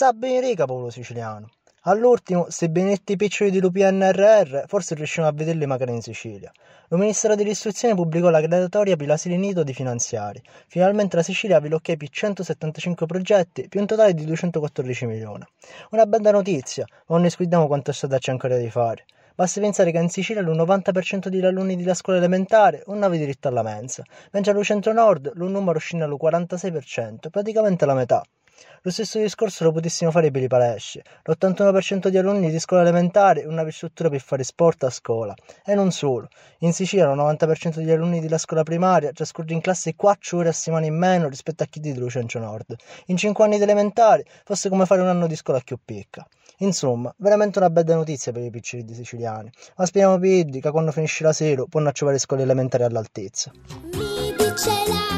Sa ben riga popolo siciliano. All'ultimo, se benedetti piccioli di PNRR, forse riusciamo a vederli magari in Sicilia. Il Ministero dell'Istruzione pubblicò la graduatoria per l'asili nido di finanziari. Finalmente la Sicilia ha ok per 175 progetti, più un totale di 214 milioni. Una bella notizia, ma non ne sguardiamo quanto strada c'è ancora di fare. Basti pensare che in Sicilia il 90% degli alunni della scuola elementare non aveva diritto alla mensa, mentre al centro-nord il numero scende al 46%, praticamente la metà. Lo stesso discorso lo potessimo fare per i palesci. L'81% di alunni di scuola elementare non ha struttura per fare sport a scuola. E non solo. In Sicilia il 90% degli alunni della scuola primaria trascorre in classe 4 ore a settimana in meno rispetto a chi di centro-nord. In 5 anni di elementari fosse come fare un anno di scuola più picca. Insomma, veramente una bella notizia per i piccoli siciliani. Ma speriamo per che quando finisce la sera può trovare scuole elementari all'altezza. Mi dice la